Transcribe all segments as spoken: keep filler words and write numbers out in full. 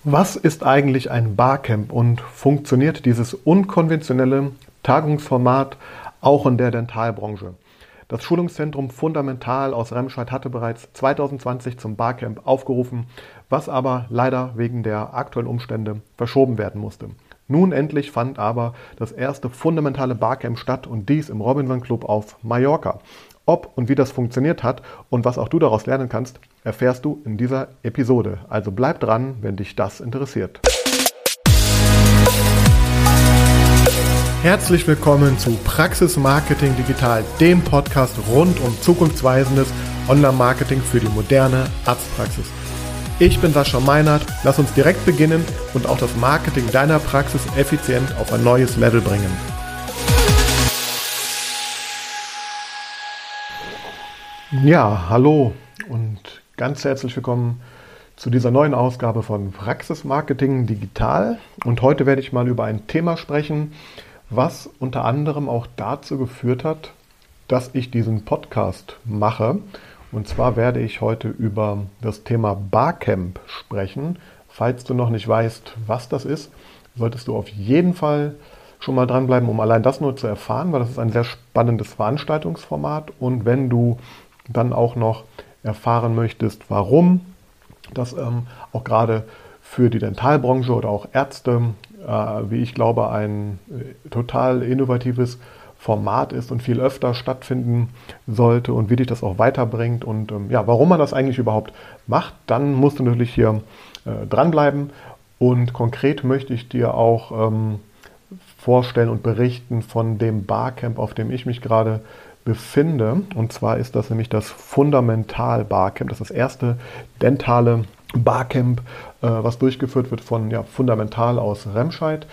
Was ist eigentlich ein Barcamp und funktioniert dieses unkonventionelle Tagungsformat auch in der Dentalbranche? Das Schulungszentrum Fundamental aus Remscheid hatte bereits zwanzig zwanzig zum Barcamp aufgerufen, was aber leider wegen der aktuellen Umstände verschoben werden musste. Nun endlich fand aber das erste fundamentale Barcamp statt und dies im Robinson Club auf Mallorca. Ob und wie das funktioniert hat und was auch du daraus lernen kannst, erfährst du in dieser Episode. Also bleib dran, wenn dich das interessiert. Herzlich willkommen zu Praxis Marketing Digital, dem Podcast rund um zukunftsweisendes Online-Marketing für die moderne Arztpraxis. Ich bin Sascha Meinert, lass uns direkt beginnen und auch das Marketing deiner Praxis effizient auf ein neues Level bringen. Ja, hallo und ganz herzlich willkommen zu dieser neuen Ausgabe von Praxis Marketing Digital. Und heute werde ich mal über ein Thema sprechen, was unter anderem auch dazu geführt hat, dass ich diesen Podcast mache. Und zwar werde ich heute über das Thema Barcamp sprechen. Falls du noch nicht weißt, was das ist, solltest du auf jeden Fall schon mal dranbleiben, um allein das nur zu erfahren, weil das ist ein sehr spannendes Veranstaltungsformat. Und wenn du dann auch noch erfahren möchtest, warum das ähm, auch gerade für die Dentalbranche oder auch Ärzte, äh, wie ich glaube, ein äh, total innovatives Format ist und viel öfter stattfinden sollte und wie dich das auch weiterbringt und ähm, ja, warum man das eigentlich überhaupt macht, dann musst du natürlich hier äh, dranbleiben. Und konkret möchte ich dir auch ähm, vorstellen und berichten von dem Barcamp, auf dem ich mich gerade befinde. Und zwar ist das nämlich das Fundamental Barcamp. Das ist das erste dentale Barcamp, äh, was durchgeführt wird von ja, Fundamental aus Remscheid.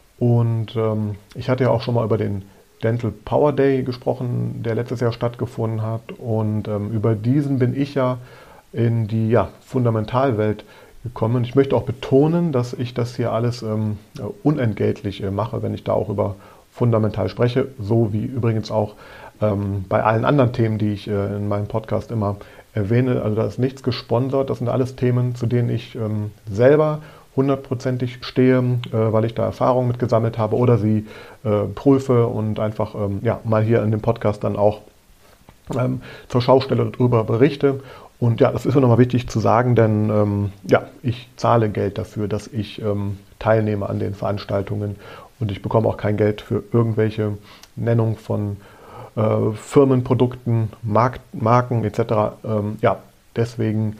Und ähm, ich hatte ja auch schon mal über den Dental Power Day gesprochen, der letztes Jahr stattgefunden hat. Und ähm, über diesen bin ich ja in die ja, Fundamentalwelt gekommen. Ich möchte auch betonen, dass ich das hier alles ähm, unentgeltlich äh, mache, wenn ich da auch über Fundamental spreche, so wie übrigens auch ähm, bei allen anderen Themen, die ich äh, in meinem Podcast immer erwähne. Also da ist nichts gesponsert, das sind alles Themen, zu denen ich ähm, selber hundertprozentig stehe, äh, weil ich da Erfahrungen mit gesammelt habe oder sie äh, prüfe und einfach ähm, ja, mal hier in dem Podcast dann auch ähm, zur Schaustelle darüber berichte. Und ja, das ist mir nochmal wichtig zu sagen, denn ähm, ja, ich zahle Geld dafür, dass ich ähm, teilnehme an den Veranstaltungen und ich bekomme auch kein Geld für irgendwelche Nennung von äh, Firmenprodukten, Mark- Marken et cetera. Ähm, ja, deswegen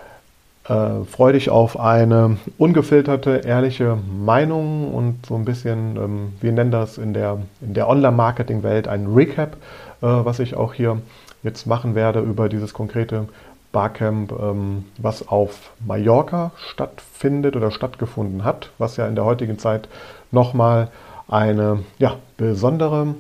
äh, freue dich auf eine ungefilterte, ehrliche Meinung und so ein bisschen, ähm, wir nennen das in der, in der Online-Marketing-Welt ein Recap, äh, was ich auch hier jetzt machen werde über dieses konkrete Barcamp, ähm, was auf Mallorca stattfindet oder stattgefunden hat, was ja in der heutigen Zeit nochmal eine ja, besondere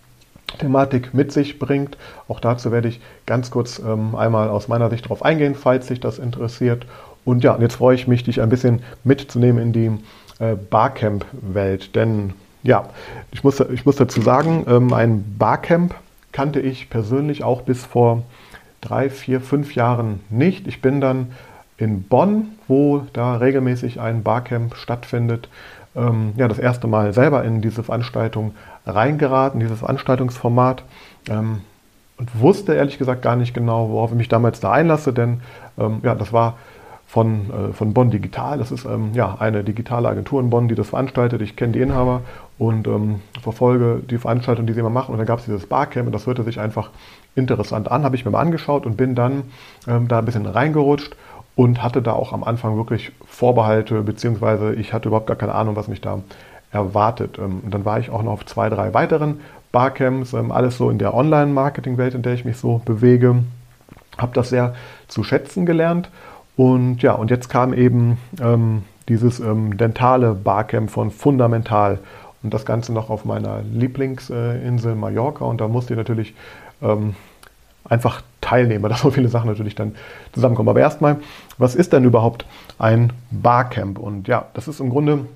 Thematik mit sich bringt. Auch dazu werde ich ganz kurz ähm, einmal aus meiner Sicht darauf eingehen, falls dich das interessiert. Und ja, jetzt freue ich mich, dich ein bisschen mitzunehmen in die äh, Barcamp-Welt. Denn ja, ich muss, ich muss dazu sagen, ähm, ein Barcamp kannte ich persönlich auch bis vor drei, vier, fünf Jahren nicht. Ich bin dann in Bonn, wo da regelmäßig ein Barcamp stattfindet, ähm, ja, das erste Mal selber in diese Veranstaltung reingeraten, dieses Veranstaltungsformat, ähm, und wusste ehrlich gesagt gar nicht genau, worauf ich mich damals da einlasse, denn ähm, ja, das war von, äh, von Bonn Digital. Das ist ähm, ja, eine digitale Agentur in Bonn, die das veranstaltet. Ich kenne die Inhaber und ähm, verfolge die Veranstaltung, die sie immer machen. Und dann gab es dieses Barcamp und das hörte sich einfach interessant an, habe ich mir mal angeschaut und bin dann ähm, da ein bisschen reingerutscht und hatte da auch am Anfang wirklich Vorbehalte, beziehungsweise ich hatte überhaupt gar keine Ahnung, was mich da erwartet. Ähm, und dann war ich auch noch auf zwei, drei weiteren Barcamps, ähm, alles so in der Online-Marketing-Welt, in der ich mich so bewege, habe das sehr zu schätzen gelernt. Und ja, und jetzt kam eben ähm, dieses ähm, dentale Barcamp von Fundamental und das Ganze noch auf meiner Lieblingsinsel äh, Mallorca. Und da musste ich natürlich ähm, einfach teilnehmen, weil da so viele Sachen natürlich dann zusammenkommen. Aber erstmal, was ist denn überhaupt ein Barcamp? Und ja, das ist im Grunde,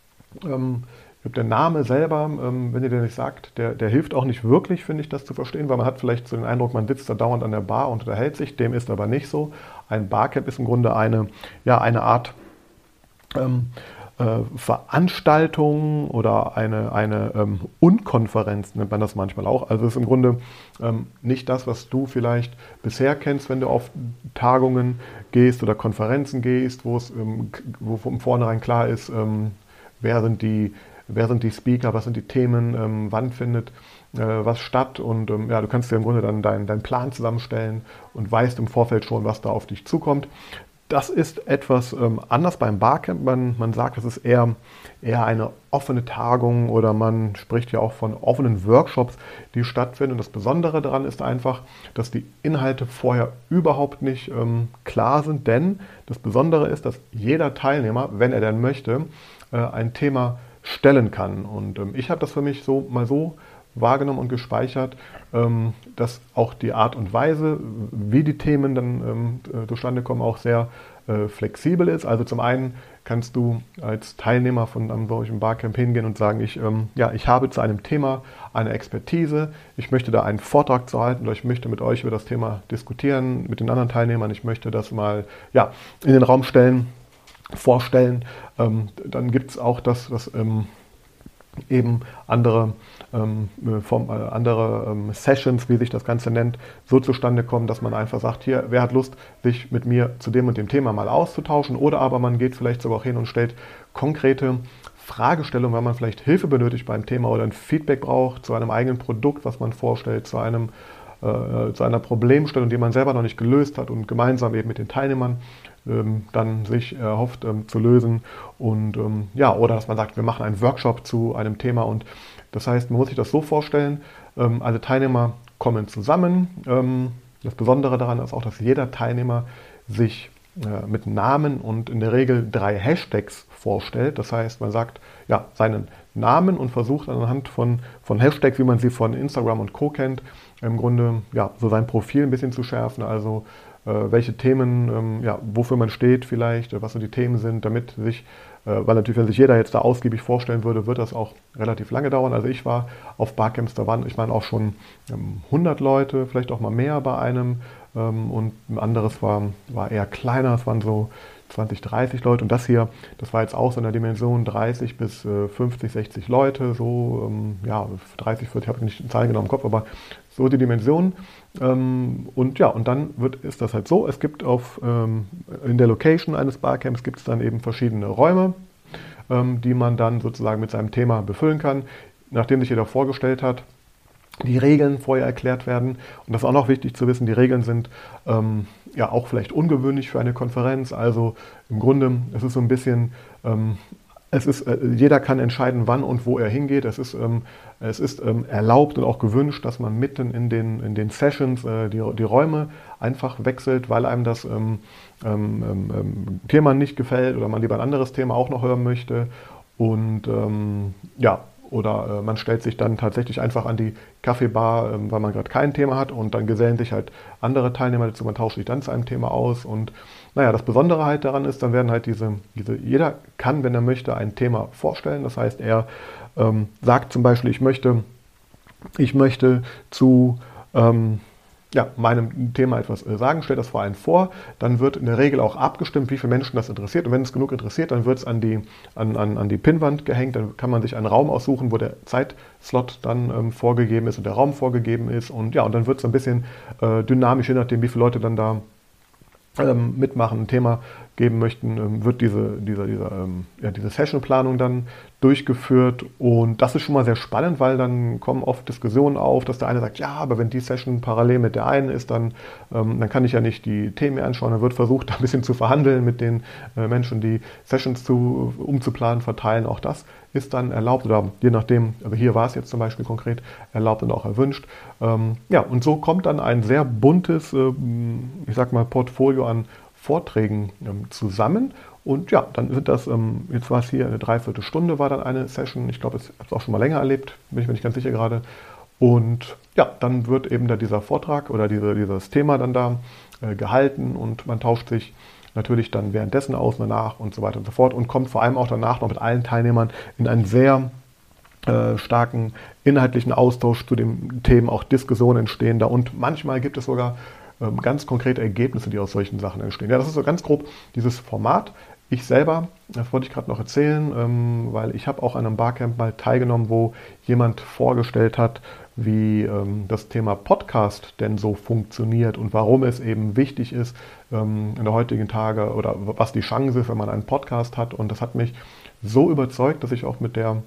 ähm, der Name selber, ähm, wenn ihr den nicht sagt, der, der hilft auch nicht wirklich, finde ich, das zu verstehen, weil man hat vielleicht so den Eindruck, man sitzt da dauernd an der Bar und unterhält sich. Dem ist aber nicht so. Ein Barcamp ist im Grunde eine, ja, eine Art ähm, äh, Veranstaltung oder eine, eine ähm, Unkonferenz nennt man das manchmal auch. Also es ist im Grunde ähm, nicht das, was du vielleicht bisher kennst, wenn du auf Tagungen gehst oder Konferenzen gehst, wo es ähm, wo von vornherein klar ist, ähm, wer sind die, wer sind die Speaker, was sind die Themen, ähm, wann findet äh, was statt und ähm, ja, du kannst dir im Grunde dann deinen deinen Plan zusammenstellen und weißt im Vorfeld schon, was da auf dich zukommt. Das ist etwas ähm, anders beim Barcamp. Man, man sagt, es ist eher, eher eine offene Tagung oder man spricht ja auch von offenen Workshops, die stattfinden. Und das Besondere daran ist einfach, dass die Inhalte vorher überhaupt nicht ähm, klar sind, denn das Besondere ist, dass jeder Teilnehmer, wenn er denn möchte, äh, ein Thema stellen kann. Und ähm, ich habe das für mich so mal so wahrgenommen und gespeichert, ähm, dass auch die Art und Weise, wie die Themen dann ähm, äh, zustande kommen, auch sehr äh, flexibel ist. Also zum einen kannst du als Teilnehmer von einem solchen Barcamp hingehen und sagen, ich, ähm, ja, ich habe zu einem Thema eine Expertise, ich möchte da einen Vortrag zu halten oder ich möchte mit euch über das Thema diskutieren, mit den anderen Teilnehmern, ich möchte das mal ja, in den Raum stellen, vorstellen. Ähm, dann gibt es auch das, was ähm, eben andere, ähm, vom, äh, andere ähm, Sessions, wie sich das Ganze nennt, so zustande kommen, dass man einfach sagt, hier, wer hat Lust, sich mit mir zu dem und dem Thema mal auszutauschen, oder aber man geht vielleicht sogar auch hin und stellt konkrete Fragestellungen, weil man vielleicht Hilfe benötigt beim Thema oder ein Feedback braucht zu einem eigenen Produkt, was man vorstellt, zu einem äh, zu einer Problemstellung, die man selber noch nicht gelöst hat und gemeinsam eben mit den Teilnehmern ähm, dann sich erhofft ähm, zu lösen. Und ähm, ja, oder dass man sagt, wir machen einen Workshop zu einem Thema. Und das heißt, man muss sich das so vorstellen, ähm, alle Teilnehmer kommen zusammen. Ähm, das Besondere daran ist auch, dass jeder Teilnehmer sich äh, mit Namen und in der Regel drei Hashtags vorstellt. Das heißt, man sagt ja seinen Namen und versucht anhand von, von Hashtags, wie man sie von Instagram und Co. kennt, im Grunde ja, so sein Profil ein bisschen zu schärfen, also äh, welche Themen, ähm, ja, wofür man steht vielleicht, äh, was so die Themen sind, damit sich, äh, weil natürlich, wenn sich jeder jetzt da ausgiebig vorstellen würde, wird das auch relativ lange dauern. Also ich war auf Barcamps, da waren, ich meine, auch schon ähm, hundert Leute, vielleicht auch mal mehr bei einem ähm, und ein anderes war, war eher kleiner, es waren so zwanzig, dreißig Leute und das hier, das war jetzt auch so in der Dimension dreißig bis äh, fünfzig, sechzig Leute, so, ähm, ja, dreißig, vierzig, ich habe nicht die Zahlen genau im Kopf, aber so die Dimension. Ähm, und ja, und dann wird, ist das halt so, es gibt auf, ähm, in der Location eines Barcamps gibt es dann eben verschiedene Räume, ähm, die man dann sozusagen mit seinem Thema befüllen kann, nachdem sich jeder vorgestellt hat. Die Regeln vorher erklärt werden. Und das ist auch noch wichtig zu wissen, die Regeln sind ähm, ja auch vielleicht ungewöhnlich für eine Konferenz. Also im Grunde, es ist so ein bisschen, ähm, es ist, äh, jeder kann entscheiden, wann und wo er hingeht. Es ist, ähm, es ist ähm, erlaubt und auch gewünscht, dass man mitten in den, in den Sessions äh, die, die Räume einfach wechselt, weil einem das ähm, ähm, ähm, Thema nicht gefällt oder man lieber ein anderes Thema auch noch hören möchte. Und ähm, ja, oder äh, man stellt sich dann tatsächlich einfach an die Kaffeebar, ähm, weil man gerade kein Thema hat und dann gesellen sich halt andere Teilnehmer dazu, man tauscht sich dann zu einem Thema aus und naja, das Besondere halt daran ist, dann werden halt diese, diese jeder kann, wenn er möchte, ein Thema vorstellen. Das heißt, er ähm, sagt zum Beispiel, ich möchte, ich möchte zu ähm, ja, meinem Thema etwas äh, sagen, stellt das vor einen vor, dann wird in der Regel auch abgestimmt, wie viele Menschen das interessiert. Und wenn es genug interessiert, dann wird es an die, an, an, an die Pinnwand gehängt, dann kann man sich einen Raum aussuchen, wo der Zeitslot dann ähm, vorgegeben ist und der Raum vorgegeben ist. Und ja, und dann wird es ein bisschen äh, dynamisch, je nachdem, wie viele Leute dann da ähm, mitmachen, ein Thema geben möchten, ähm, wird diese, diese, diese, ähm, ja, diese Sessionplanung dann durchgeführt. Und das ist schon mal sehr spannend, weil dann kommen oft Diskussionen auf, dass der eine sagt, ja, aber wenn die Session parallel mit der einen ist, dann, ähm, dann kann ich ja nicht die Themen mehr anschauen. Dann wird versucht, ein bisschen zu verhandeln mit den äh, Menschen, die Sessions zu, umzuplanen, verteilen. Auch das ist dann erlaubt oder je nachdem, also hier war es jetzt zum Beispiel konkret erlaubt und auch erwünscht. Ähm, ja, und so kommt dann ein sehr buntes, äh, ich sag mal, Portfolio an Vorträgen ähm, zusammen. Und ja, dann sind das, ähm, jetzt war es hier eine Dreiviertelstunde, war dann eine Session. Ich glaube, ich habe es auch schon mal länger erlebt, bin ich mir nicht ganz sicher gerade. Und ja, dann wird eben da dieser Vortrag oder diese, dieses Thema dann da äh, gehalten und man tauscht sich natürlich dann währenddessen aus, danach und so weiter und so fort und kommt vor allem auch danach noch mit allen Teilnehmern in einen sehr äh, starken inhaltlichen Austausch zu den Themen, auch Diskussionen entstehen da und manchmal gibt es sogar ganz konkrete Ergebnisse, die aus solchen Sachen entstehen. Ja, das ist so ganz grob dieses Format. ich selber, das wollte ich gerade noch erzählen, ähm, weil ich habe auch an einem Barcamp mal teilgenommen, wo jemand vorgestellt hat, wie ähm, das Thema Podcast denn so funktioniert und warum es eben wichtig ist ähm, in der heutigen Tage oder was die Chance ist, wenn man einen Podcast hat. Und das hat mich so überzeugt, dass ich auch mit der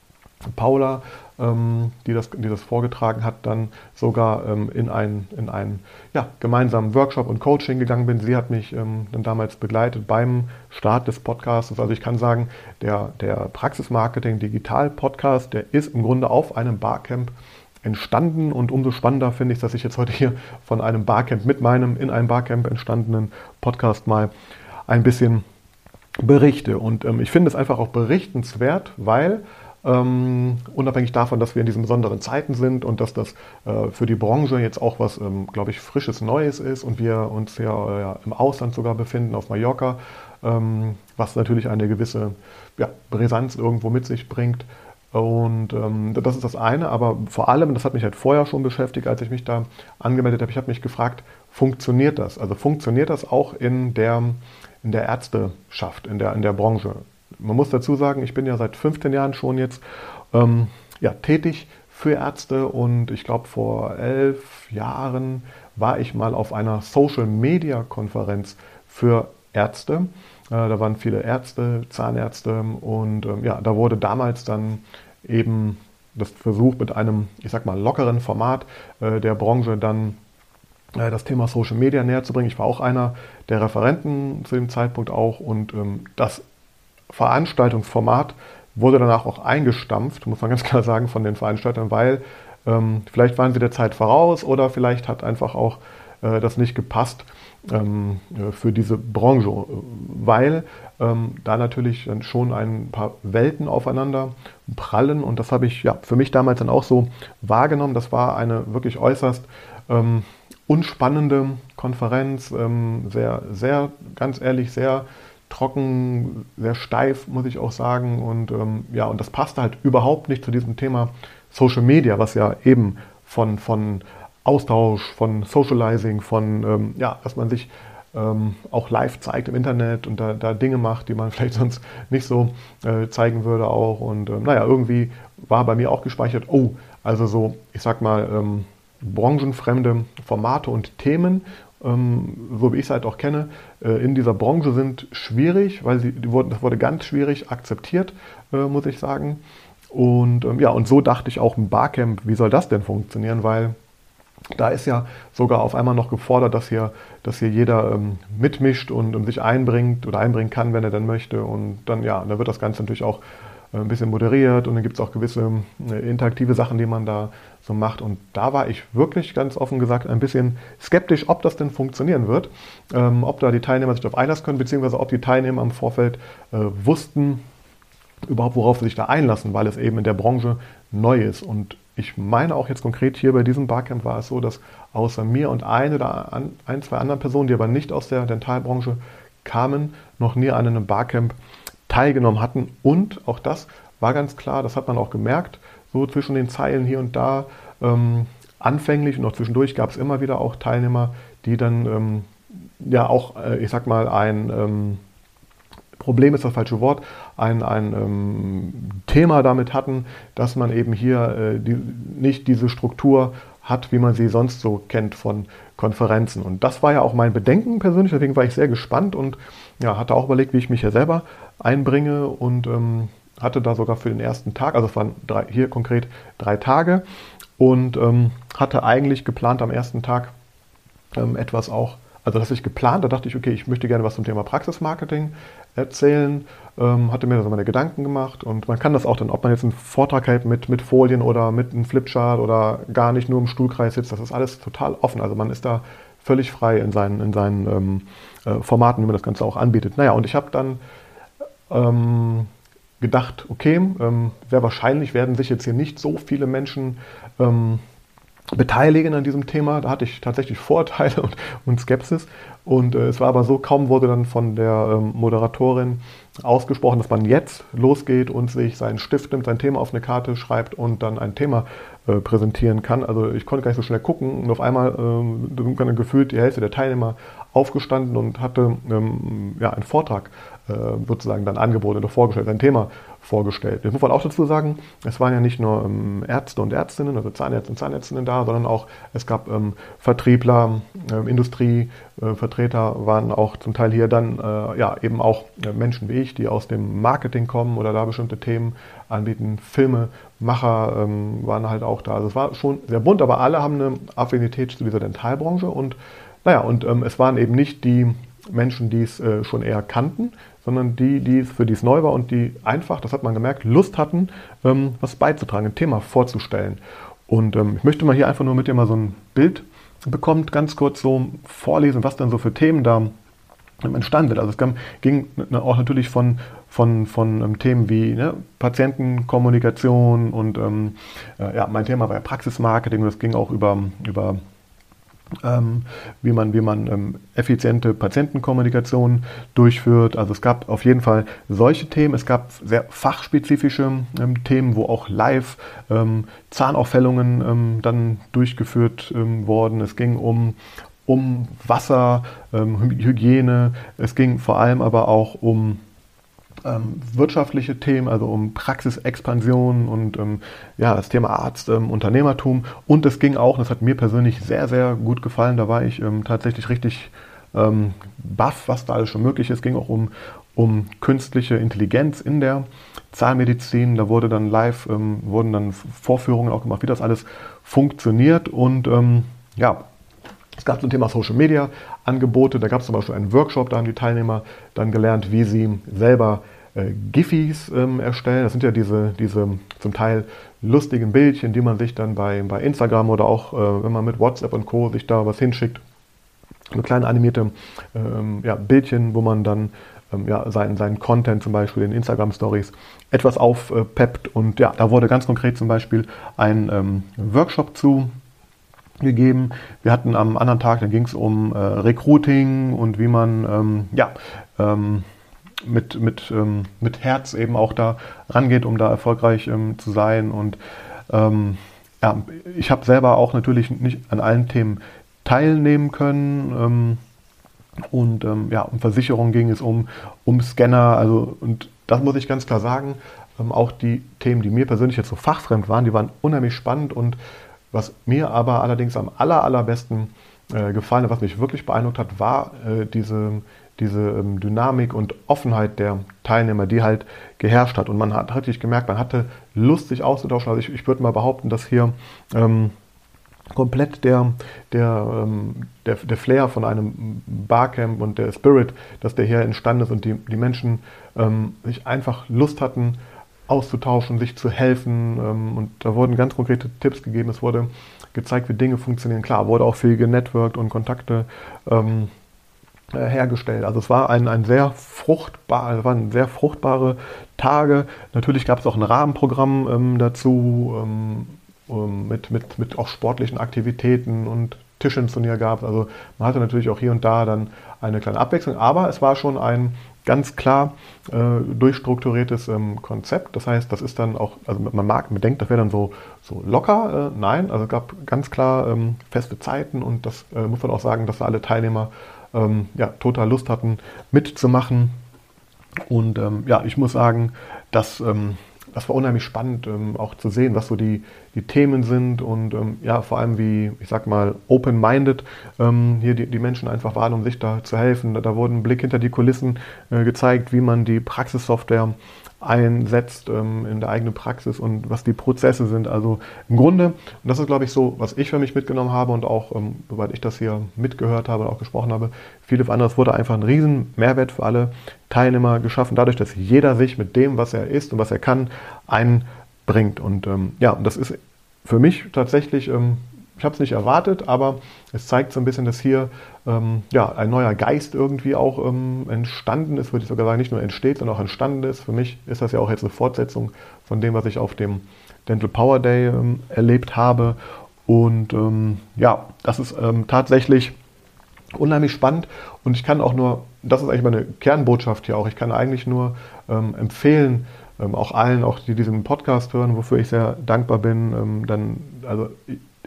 Paula, ähm, die, das, die das vorgetragen hat, dann sogar ähm, in einen, in einen ja, gemeinsamen Workshop und Coaching gegangen bin. Sie hat mich ähm, dann damals begleitet beim Start des Podcasts. Also ich kann sagen, der, der Praxismarketing Digital Podcast, der ist im Grunde auf einem Barcamp entstanden, und umso spannender finde ich, dass ich jetzt heute hier von einem Barcamp mit meinem in einem Barcamp entstandenen Podcast mal ein bisschen berichte. Und ähm, ich finde es einfach auch berichtenswert, weil Ähm, unabhängig davon, dass wir in diesen besonderen Zeiten sind und dass das äh, für die Branche jetzt auch was, ähm, glaube ich, frisches Neues ist und wir uns ja, äh, ja im Ausland sogar befinden, auf Mallorca, ähm, was natürlich eine gewisse ja, Brisanz irgendwo mit sich bringt. Und ähm, das ist das eine, aber vor allem, das hat mich halt vorher schon beschäftigt, als ich mich da angemeldet habe, ich habe mich gefragt, funktioniert das? Also funktioniert das auch in der, in der Ärzteschaft, in der, in der Branche? Man muss dazu sagen, ich bin ja seit fünfzehn Jahren schon jetzt ähm, ja, tätig für Ärzte, und ich glaube vor elf Jahren war ich mal auf einer Social-Media-Konferenz für Ärzte. Äh, da waren viele Ärzte, Zahnärzte, und ähm, ja, da wurde damals dann eben das Versuch mit einem, ich sag mal, lockeren Format äh, der Branche dann äh, das Thema Social Media näher zu bringen. Ich war auch einer der Referenten zu dem Zeitpunkt auch, und ähm, das Veranstaltungsformat wurde danach auch eingestampft, muss man ganz klar sagen, von den Veranstaltern, weil ähm, vielleicht waren sie der Zeit voraus oder vielleicht hat einfach auch äh, das nicht gepasst ähm, für diese Branche, weil ähm, da natürlich dann schon ein paar Welten aufeinander prallen, und das habe ich ja für mich damals dann auch so wahrgenommen. Das war eine wirklich äußerst ähm, unspannende Konferenz, ähm, sehr, sehr, ganz ehrlich, sehr trocken, sehr steif, muss ich auch sagen. Und ähm, ja, und das passte halt überhaupt nicht zu diesem Thema Social Media, was ja eben von, von Austausch, von Socializing, von, ähm, ja, dass man sich ähm, auch live zeigt im Internet und da, da Dinge macht, die man vielleicht sonst nicht so äh, zeigen würde auch. Und ähm, naja, irgendwie war bei mir auch gespeichert, oh, also so, ich sag mal, ähm, branchenfremde Formate und Themen, so wie ich es halt auch kenne, in dieser Branche sind schwierig, weil sie, die wurden, das wurde ganz schwierig akzeptiert, muss ich sagen. Und ja, und so dachte ich auch im Barcamp, wie soll das denn funktionieren, weil da ist ja sogar auf einmal noch gefordert, dass hier, dass hier jeder ähm, mitmischt und, und sich einbringt oder einbringen kann, wenn er dann möchte. Und dann, ja, dann wird das Ganze natürlich auch ein bisschen moderiert, und dann gibt es auch gewisse äh, interaktive Sachen, die man da so macht. Und da war ich wirklich ganz offen gesagt ein bisschen skeptisch, ob das denn funktionieren wird, ähm, ob da die Teilnehmer sich darauf einlassen können, beziehungsweise ob die Teilnehmer im Vorfeld äh, wussten, überhaupt worauf sie sich da einlassen, weil es eben in der Branche neu ist. Und ich meine auch jetzt konkret hier bei diesem Barcamp war es so, dass außer mir und ein oder an, ein, zwei anderen Personen, die aber nicht aus der Dentalbranche kamen, noch nie an einem Barcamp teilgenommen hatten. Und auch das war ganz klar, das hat man auch gemerkt, so zwischen den Zeilen hier und da, ähm, anfänglich und auch zwischendurch gab es immer wieder auch Teilnehmer, die dann ähm, ja auch, äh, ich sag mal, ein ähm, Problem ist das falsche Wort, ein, ein ähm, Thema damit hatten, dass man eben hier äh, die, nicht diese Struktur hat, wie man sie sonst so kennt von Konferenzen. Und das war ja auch mein Bedenken persönlich, deswegen war ich sehr gespannt und ja, hatte auch überlegt, wie ich mich hier selber einbringe, und ähm, hatte da sogar für den ersten Tag, also es waren drei, hier konkret drei Tage, und ähm, hatte eigentlich geplant am ersten Tag ähm, etwas auch, also das ich geplant, da dachte ich, okay, ich möchte gerne was zum Thema Praxismarketing erzählen, ähm, hatte mir da so meine Gedanken gemacht, und man kann das auch dann, ob man jetzt einen Vortrag hält mit, mit Folien oder mit einem Flipchart oder gar nicht nur im Stuhlkreis sitzt, das ist alles total offen, also man ist da völlig frei in seinen, in seinen ähm, äh, Formaten, wie man das Ganze auch anbietet. Naja, und ich habe dann ähm, gedacht, okay, ähm, sehr wahrscheinlich werden sich jetzt hier nicht so viele Menschen ähm, beteiligen an diesem Thema. Da hatte ich tatsächlich Vorurteile und, und Skepsis. Und äh, es war aber so, kaum wurde dann von der ähm, Moderatorin ausgesprochen, dass man jetzt losgeht und sich seinen Stift nimmt, sein Thema auf eine Karte schreibt und dann ein Thema äh, präsentieren kann. Also ich konnte gar nicht so schnell gucken, und auf einmal ähm, gefühlt die Hälfte der Teilnehmer aufgestanden und hatte ähm, ja, einen Vortrag äh, sozusagen dann angeboten oder vorgestellt, ein Thema vorgestellt. Das muss man auch dazu sagen, es waren ja nicht nur ähm, Ärzte und Ärztinnen, also Zahnärzte und Zahnärztinnen da, sondern auch, es gab ähm, Vertriebler, äh, Industrievertreter äh, waren auch zum Teil hier dann, äh, ja, eben auch äh, Menschen wie ich, die aus dem Marketing kommen oder da bestimmte Themen anbieten. Filmemacher ähm, waren halt auch da. Also es war schon sehr bunt, aber alle haben eine Affinität zu dieser Dentalbranche und naja, und ähm, es waren eben nicht die Menschen, die es äh, schon eher kannten, sondern die, die es für die es neu war und die einfach, das hat man gemerkt, Lust hatten, ähm, was beizutragen, ein Thema vorzustellen. Und ähm, ich möchte mal hier einfach nur mit dir mal so ein Bild bekommt, ganz kurz so vorlesen, was dann so für Themen da entstanden sind. Also es ging auch natürlich von, von, von ähm, Themen wie ne, Patientenkommunikation und ähm, äh, ja, mein Thema war ja Praxismarketing und es ging auch über, über Ähm, wie man, wie man ähm, effiziente Patientenkommunikation durchführt. Also es gab auf jeden Fall solche Themen. Es gab sehr fachspezifische ähm, Themen, wo auch live ähm, Zahnaufhellungen ähm, dann durchgeführt ähm, wurden. Es ging um, um Wasser, ähm, Hygiene. Es ging vor allem aber auch um Ähm, wirtschaftliche Themen, also um Praxisexpansion und ähm, ja, das Thema Arzt, ähm, Unternehmertum. Und es ging auch, das hat mir persönlich sehr, sehr gut gefallen, da war ich ähm, tatsächlich richtig ähm, baff, was da alles schon möglich ist. Es ging auch um, um künstliche Intelligenz in der Zahnmedizin. Da wurde dann live, ähm, wurden dann Vorführungen auch gemacht, wie das alles funktioniert. Und ähm, ja, es gab zum Thema Social Media Angebote, da gab es zum Beispiel einen Workshop, da haben die Teilnehmer dann gelernt, wie sie selber äh, Giphies ähm, erstellen. Das sind ja diese, diese zum Teil lustigen Bildchen, die man sich dann bei, bei Instagram oder auch, äh, wenn man mit WhatsApp und Co. sich da was hinschickt, eine kleine animierte ähm, ja, Bildchen, wo man dann ähm, ja, seinen, seinen Content zum Beispiel in Instagram-Stories etwas aufpeppt. Und ja, da wurde ganz konkret zum Beispiel ein ähm, Workshop zu gegeben. Wir hatten am anderen Tag, da ging es um äh, Recruiting und wie man ähm, ja, ähm, mit, mit, ähm, mit Herz eben auch da rangeht, um da erfolgreich ähm, zu sein. Und ähm, ja, ich habe selber auch natürlich nicht an allen Themen teilnehmen können. Ähm, und ähm, ja, um Versicherung ging es um, um Scanner. Also, und das muss ich ganz klar sagen, ähm, auch die Themen, die mir persönlich jetzt so fachfremd waren, die waren unheimlich spannend. Und was mir aber allerdings am aller, allerbesten äh, gefallen hat, was mich wirklich beeindruckt hat, war äh, diese, diese ähm, Dynamik und Offenheit der Teilnehmer, die halt geherrscht hat. Und man hat richtig gemerkt, man hatte Lust, sich auszutauschen. Also ich, ich würde mal behaupten, dass hier ähm, komplett der, der, ähm, der, der Flair von einem Barcamp und der Spirit, dass der hier entstanden ist und die, die Menschen ähm, sich einfach Lust hatten, auszutauschen, sich zu helfen, ähm, und da wurden ganz konkrete Tipps gegeben, es wurde gezeigt, wie Dinge funktionieren. Klar, wurde auch viel genetworked und Kontakte ähm, äh, hergestellt. Also es war ein, ein sehr fruchtbar, es waren sehr fruchtbare Tage. Natürlich gab es auch ein Rahmenprogramm ähm, dazu, ähm, ähm, mit, mit, mit auch sportlichen Aktivitäten und Tischtennisturnier gab es. Also man hatte natürlich auch hier und da dann eine kleine Abwechslung, aber es war schon ein ganz klar äh, durchstrukturiertes ähm, Konzept. Das heißt, das ist dann auch, also man mag, man denkt, das wäre dann so, so locker. Äh, nein, also es gab ganz klar ähm, feste Zeiten und das äh, muss man auch sagen, dass da alle Teilnehmer ähm, ja, total Lust hatten, mitzumachen. Und ähm, ja, ich muss sagen, dass ähm, das war unheimlich spannend, ähm, auch zu sehen, was so die, die Themen sind und ähm, ja, vor allem wie, ich sag mal, open-minded ähm, hier die, die Menschen einfach waren, um sich da zu helfen. Da, da wurde ein Blick hinter die Kulissen äh, gezeigt, wie man die Praxissoftware einsetzt ähm, in der eigenen Praxis und was die Prozesse sind. Also im Grunde, und das ist, glaube ich, so, was ich für mich mitgenommen habe und auch, ähm, soweit ich das hier mitgehört habe und auch gesprochen habe, viele andere, es wurde einfach ein riesen Mehrwert für alle Teilnehmer geschaffen, dadurch, dass jeder sich mit dem, was er ist und was er kann, einbringt. Und ähm, ja, und das ist für mich tatsächlich, ähm, ich habe es nicht erwartet, aber es zeigt so ein bisschen, dass hier ähm, ja, ein neuer Geist irgendwie auch ähm, entstanden ist, würde ich sogar sagen, nicht nur entsteht, sondern auch entstanden ist. Für mich ist das ja auch jetzt eine Fortsetzung von dem, was ich auf dem Dental Power Day ähm, erlebt habe. Und ähm, ja, das ist ähm, tatsächlich unheimlich spannend und ich kann auch nur, das ist eigentlich meine Kernbotschaft hier auch, ich kann eigentlich nur ähm, empfehlen, ähm, auch allen, auch die diesen Podcast hören, wofür ich sehr dankbar bin, ähm, dann, also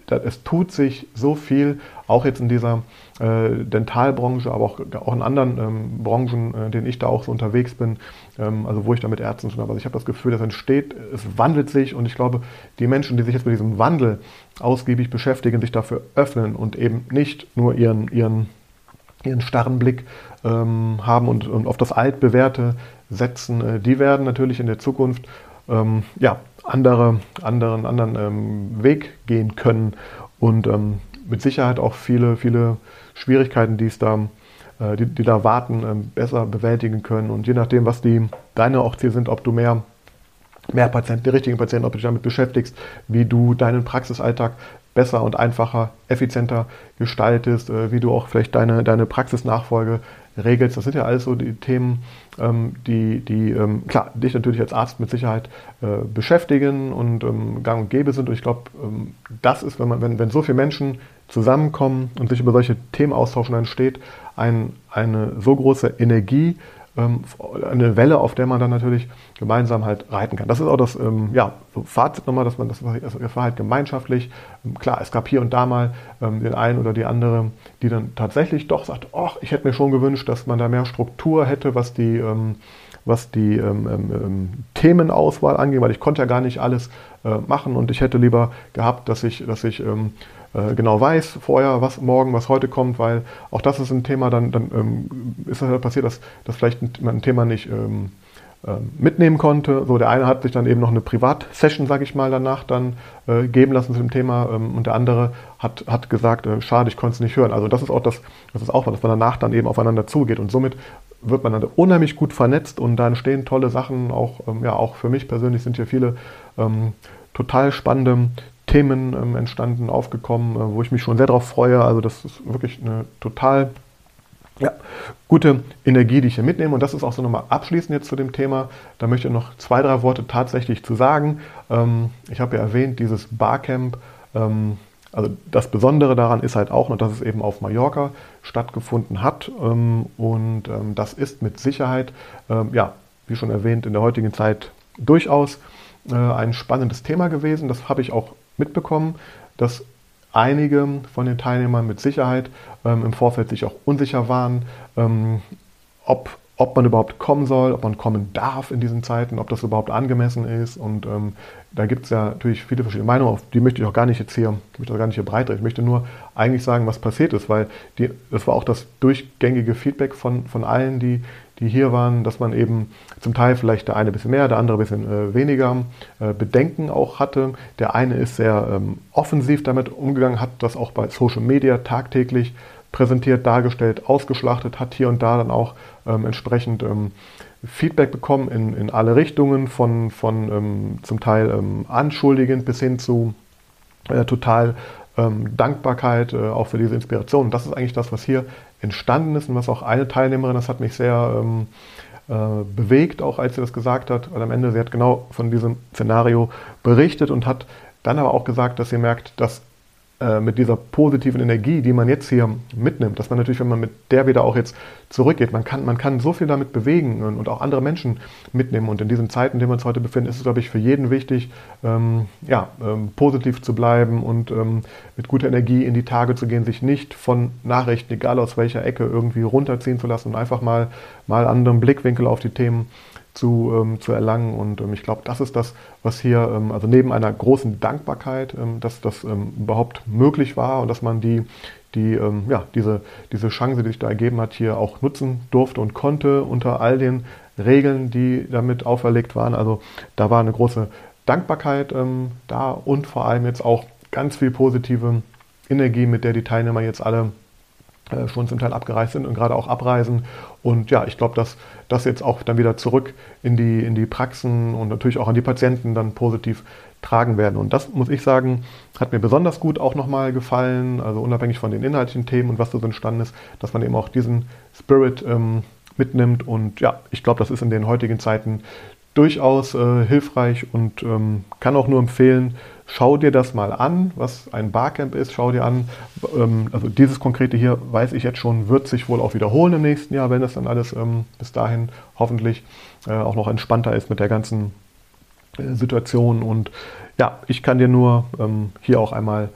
da, es tut sich so viel, auch jetzt in dieser äh, Dentalbranche, aber auch, auch in anderen ähm, Branchen, äh, in denen ich da auch so unterwegs bin, ähm, also wo ich da mit Ärzten zu tun habe. Also ich habe das Gefühl, das entsteht, es wandelt sich und ich glaube, die Menschen, die sich jetzt mit diesem Wandel ausgiebig beschäftigen, sich dafür öffnen und eben nicht nur ihren, ihren, ihren starren Blick ähm, haben und, und auf das Altbewährte setzen, äh, die werden natürlich in der Zukunft ähm, ja, andere, anderen, anderen ähm, Weg gehen können und ähm, mit Sicherheit auch viele, viele Schwierigkeiten, die es da, äh, die, die da warten, ähm, besser bewältigen können. Und je nachdem, was die deine auch Ziele sind, ob du mehr, mehr Patienten, die richtigen Patienten, ob du dich damit beschäftigst, wie du deinen Praxisalltag besser und einfacher, effizienter gestaltest, äh, wie du auch vielleicht deine, deine Praxisnachfolge regelst. Das sind ja alles so die Themen, ähm, die, die ähm, klar, dich natürlich als Arzt mit Sicherheit äh, beschäftigen und ähm, gang und gäbe sind. Und ich glaube, ähm, das ist, wenn man, wenn, wenn so viele Menschen zusammenkommen und sich über solche Themen austauschen, dann entsteht ein, eine so große Energie, ähm, eine Welle, auf der man dann natürlich gemeinsam halt reiten kann. Das ist auch das ähm, ja, so Fazit nochmal, dass man das, das war halt gemeinschaftlich. Ähm, klar, es gab hier und da mal ähm, den einen oder die andere, die dann tatsächlich doch sagt, oh, ich hätte mir schon gewünscht, dass man da mehr Struktur hätte, was die, ähm, was die ähm, ähm, Themenauswahl angeht, weil ich konnte ja gar nicht alles äh, machen und ich hätte lieber gehabt, dass ich, dass ich ähm, äh, genau weiß vorher, was morgen, was heute kommt, weil auch das ist ein Thema, dann, dann ähm, ist es halt passiert, dass, dass vielleicht ein, ein Thema nicht ähm, mitnehmen konnte. So, der eine hat sich dann eben noch eine Privatsession, sage ich mal, danach dann äh, geben lassen zu dem Thema ähm, und der andere hat, hat gesagt, äh, schade, ich konnte es nicht hören. Also das ist auch das, das ist auch was, dass man danach dann eben aufeinander zugeht und somit wird man dann unheimlich gut vernetzt und da entstehen tolle Sachen. Auch, ähm, ja, auch für mich persönlich sind hier viele ähm, total spannende Themen ähm, entstanden, aufgekommen, äh, wo ich mich schon sehr darauf freue. Also das ist wirklich eine total Ja, gute Energie, die ich hier mitnehme. Und das ist auch so nochmal abschließend jetzt zu dem Thema. Da möchte ich noch zwei, drei Worte tatsächlich zu sagen. Ähm, ich habe ja erwähnt, dieses Barcamp, ähm, also das Besondere daran ist halt auch, dass es eben auf Mallorca stattgefunden hat. Ähm, und ähm, das ist mit Sicherheit, ähm, ja, wie schon erwähnt, in der heutigen Zeit durchaus äh, ein spannendes Thema gewesen. Das habe ich auch mitbekommen, dass einige von den Teilnehmern mit Sicherheit ähm, im Vorfeld sich auch unsicher waren, ähm, ob, ob man überhaupt kommen soll, ob man kommen darf in diesen Zeiten, ob das überhaupt angemessen ist. Und ähm, da gibt es ja natürlich viele verschiedene Meinungen, auf die möchte ich auch gar nicht jetzt hier, möchte auch gar nicht hier breit reden. Ich möchte nur eigentlich sagen, was passiert ist, weil die, das war auch das durchgängige Feedback von, von allen, die, die hier waren, dass man eben zum Teil vielleicht der eine ein bisschen mehr, der andere ein bisschen äh, weniger äh, Bedenken auch hatte. Der eine ist sehr ähm, offensiv damit umgegangen, hat das auch bei Social Media tagtäglich präsentiert, dargestellt, ausgeschlachtet, hat hier und da dann auch ähm, entsprechend ähm, Feedback bekommen in, in alle Richtungen, von, von ähm, zum Teil ähm, anschuldigend bis hin zu äh, total ähm, Dankbarkeit äh, auch für diese Inspiration. Und das ist eigentlich das, was hier entstanden ist und was auch eine Teilnehmerin, das hat mich sehr ähm, äh, bewegt, auch als sie das gesagt hat, weil am Ende, sie hat genau von diesem Szenario berichtet und hat dann aber auch gesagt, dass sie merkt, dass äh, mit dieser positiven Energie, die man jetzt hier mitnimmt, dass man natürlich, wenn man mit der wieder auch jetzt zurückgeht, man kann, man kann so viel damit bewegen und, und auch andere Menschen mitnehmen. Und in diesen Zeiten, in denen wir uns heute befinden, ist es, glaube ich, für jeden wichtig, ähm, ja, ähm, positiv zu bleiben und ähm, mit guter Energie in die Tage zu gehen, sich nicht von Nachrichten, egal aus welcher Ecke, irgendwie runterziehen zu lassen und einfach mal, mal einen anderen Blickwinkel auf die Themen zu, ähm, zu erlangen. Und ähm, ich glaube, das ist das, was hier, ähm, also neben einer großen Dankbarkeit, ähm, dass das ähm, überhaupt möglich war und dass man die, die, ähm, ja, diese, diese Chance, die sich da ergeben hat, hier auch nutzen durfte und konnte unter all den Regeln, die damit auferlegt waren. Also da war eine große Dankbarkeit ähm, da und vor allem jetzt auch ganz viel positive Energie, mit der die Teilnehmer jetzt alle äh, schon zum Teil abgereist sind und gerade auch abreisen. Und ja, ich glaube, dass das jetzt auch dann wieder zurück in die, in die Praxen und natürlich auch an die Patienten dann positiv tragen werden. Und das, muss ich sagen, hat mir besonders gut auch nochmal gefallen, also unabhängig von den inhaltlichen Themen und was so entstanden ist, dass man eben auch diesen Spirit ähm, mitnimmt. Und ja, ich glaube, das ist in den heutigen Zeiten durchaus äh, hilfreich und ähm, kann auch nur empfehlen, schau dir das mal an, was ein Barcamp ist, schau dir an, ähm, also dieses konkrete hier, weiß ich jetzt schon, wird sich wohl auch wiederholen im nächsten Jahr, wenn das dann alles ähm, bis dahin hoffentlich äh, auch noch entspannter ist mit der ganzen äh, Situation. Und ja, ich kann dir nur ähm, hier auch einmal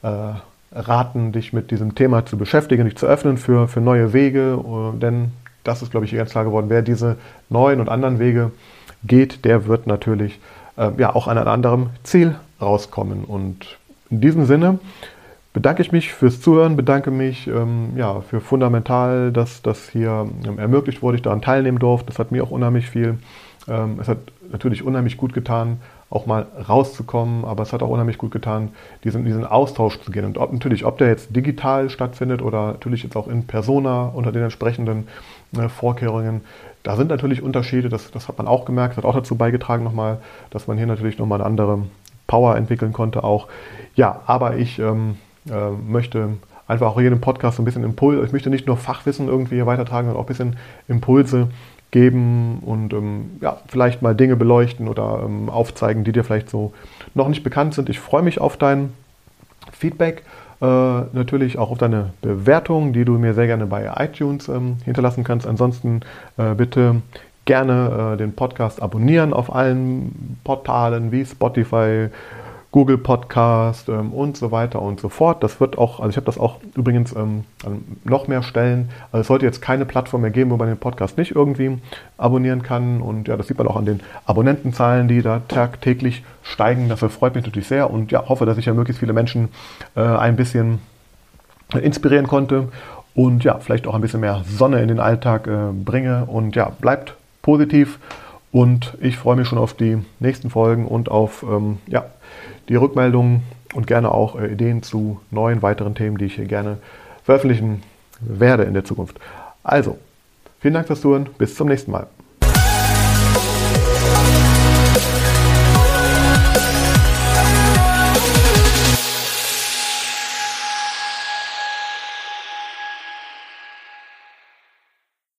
äh, raten, dich mit diesem Thema zu beschäftigen, dich zu öffnen für, für neue Wege, äh, denn das ist, glaube ich, hier ganz klar geworden, wer diese neuen und anderen Wege geht, der wird natürlich äh, ja, auch an einem anderen Ziel rauskommen. Und in diesem Sinne bedanke ich mich fürs Zuhören, bedanke mich ähm, ja, für fundamental, dass das hier ähm, ermöglicht wurde, ich daran teilnehmen durfte. Das hat mir auch unheimlich viel, ähm, es hat natürlich unheimlich gut getan, auch mal rauszukommen, aber es hat auch unheimlich gut getan, diesen, diesen Austausch zu gehen. Und ob, natürlich, ob der jetzt digital stattfindet oder natürlich jetzt auch in Persona unter den entsprechenden äh, Vorkehrungen, da sind natürlich Unterschiede, das, das hat man auch gemerkt, das hat auch dazu beigetragen nochmal, dass man hier natürlich nochmal eine andere Power entwickeln konnte auch. Ja, aber ich ähm, äh, möchte einfach auch hier in dem Podcast so ein bisschen Impulse, ich möchte nicht nur Fachwissen irgendwie hier weitertragen, sondern auch ein bisschen Impulse geben und ähm, ja, vielleicht mal Dinge beleuchten oder ähm, aufzeigen, die dir vielleicht so noch nicht bekannt sind. Ich freue mich auf dein Feedback, äh, natürlich auch auf deine Bewertung, die du mir sehr gerne bei iTunes ähm, hinterlassen kannst. Ansonsten äh, bitte gerne äh, den Podcast abonnieren auf allen Portalen wie Spotify, Google Podcast ähm, und so weiter und so fort. Das wird auch, also ich habe das auch übrigens ähm, an noch mehr Stellen. Also es sollte jetzt keine Plattform mehr geben, wo man den Podcast nicht irgendwie abonnieren kann. Und ja, das sieht man auch an den Abonnentenzahlen, die da tagtäglich steigen. Das freut mich natürlich sehr und ja, hoffe, dass ich ja möglichst viele Menschen äh, ein bisschen inspirieren konnte und ja, vielleicht auch ein bisschen mehr Sonne in den Alltag äh, bringe. Und ja, bleibt positiv und ich freue mich schon auf die nächsten Folgen und auf ähm, ja, die Rückmeldungen und gerne auch äh, Ideen zu neuen weiteren Themen, die ich hier gerne veröffentlichen werde in der Zukunft. Also, vielen Dank fürs Zuhören, bis zum nächsten Mal.